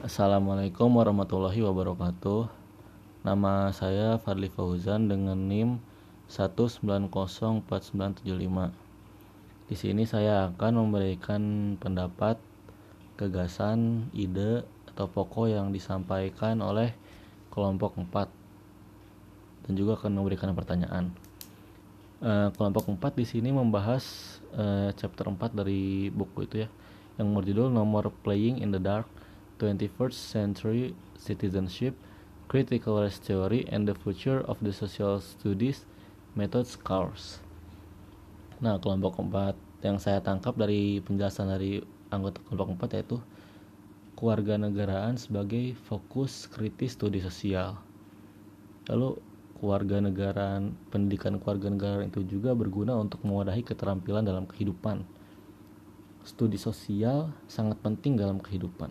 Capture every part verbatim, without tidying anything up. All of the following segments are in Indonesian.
Assalamualaikum warahmatullahi wabarakatuh. Nama saya Fadli Fauzan dengan NIM satu sembilan nol empat sembilan tujuh lima. Di sini saya akan memberikan pendapat, gagasan, ide atau pokok yang disampaikan oleh kelompok empat dan juga akan memberikan pertanyaan. Uh, kelompok empat di sini membahas uh, chapter empat dari buku itu ya, yang berjudul No More Playing in the Dark, twenty-first Century Citizenship, Critical Race Theory, and the Future of the Social Studies Methods Course. Nah, kelompok empat yang saya tangkap dari penjelasan dari anggota kelompok empat yaitu kewarganegaraan sebagai fokus kritis studi sosial. Lalu kewarganegaraan, pendidikan kewarganegaraan itu juga berguna untuk mewadahi keterampilan dalam kehidupan. Studi sosial sangat penting dalam kehidupan.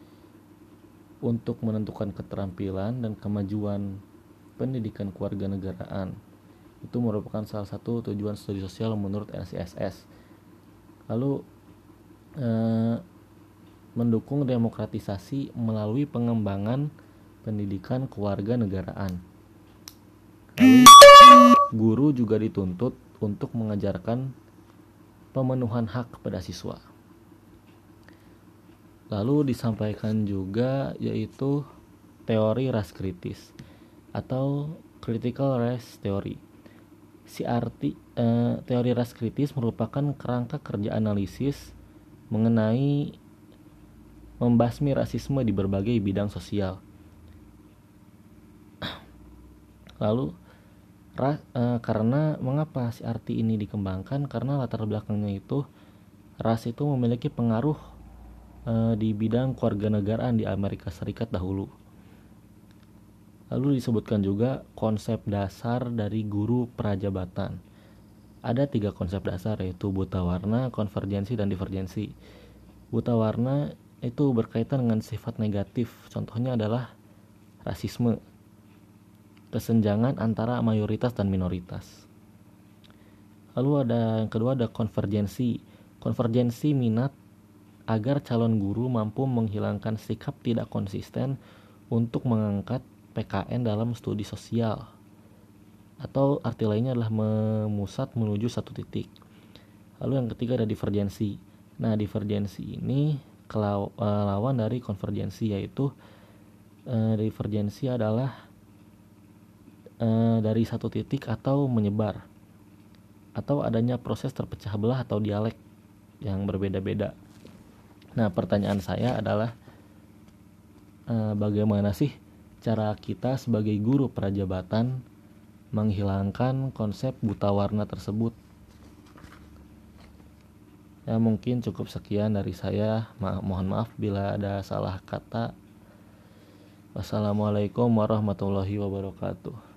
Untuk menentukan keterampilan dan kemajuan pendidikan kewarganegaraan itu merupakan salah satu tujuan studi sosial menurut N C S S. Lalu eh, mendukung demokratisasi melalui pengembangan pendidikan kewarganegaraan. Lalu guru juga dituntut untuk mengajarkan pemenuhan hak kepada siswa. Lalu disampaikan juga yaitu teori ras kritis atau critical race theory. C R T eh, teori ras kritis merupakan kerangka kerja analisis mengenai membasmi rasisme di berbagai bidang sosial. Lalu ra, eh, karena mengapa C R T ini dikembangkan? Karena latar belakangnya itu ras itu memiliki pengaruh di bidang kewarganegaraan di Amerika Serikat dahulu. Lalu disebutkan juga konsep dasar dari guru prajabatan. Ada tiga konsep dasar yaitu buta warna, konvergensi, dan divergensi. Buta warna itu berkaitan dengan sifat negatif. Contohnya adalah rasisme, kesenjangan antara mayoritas dan minoritas. Lalu ada yang kedua ada konvergensi. Konvergensi minat agar calon guru mampu menghilangkan sikap tidak konsisten untuk mengangkat P K N dalam studi sosial, atau arti lainnya adalah memusat menuju satu titik. Lalu yang ketiga ada divergensi. Nah, divergensi ini lawan dari konvergensi, yaitu eh, divergensi adalah eh, dari satu titik atau menyebar, atau adanya proses terpecah belah atau dialek yang berbeda-beda. Nah, pertanyaan saya adalah eh, bagaimana sih cara kita sebagai guru prajabatan menghilangkan konsep buta warna tersebut? Ya, mungkin cukup sekian dari saya. Ma- mohon maaf bila ada salah kata. Wassalamualaikum warahmatullahi wabarakatuh.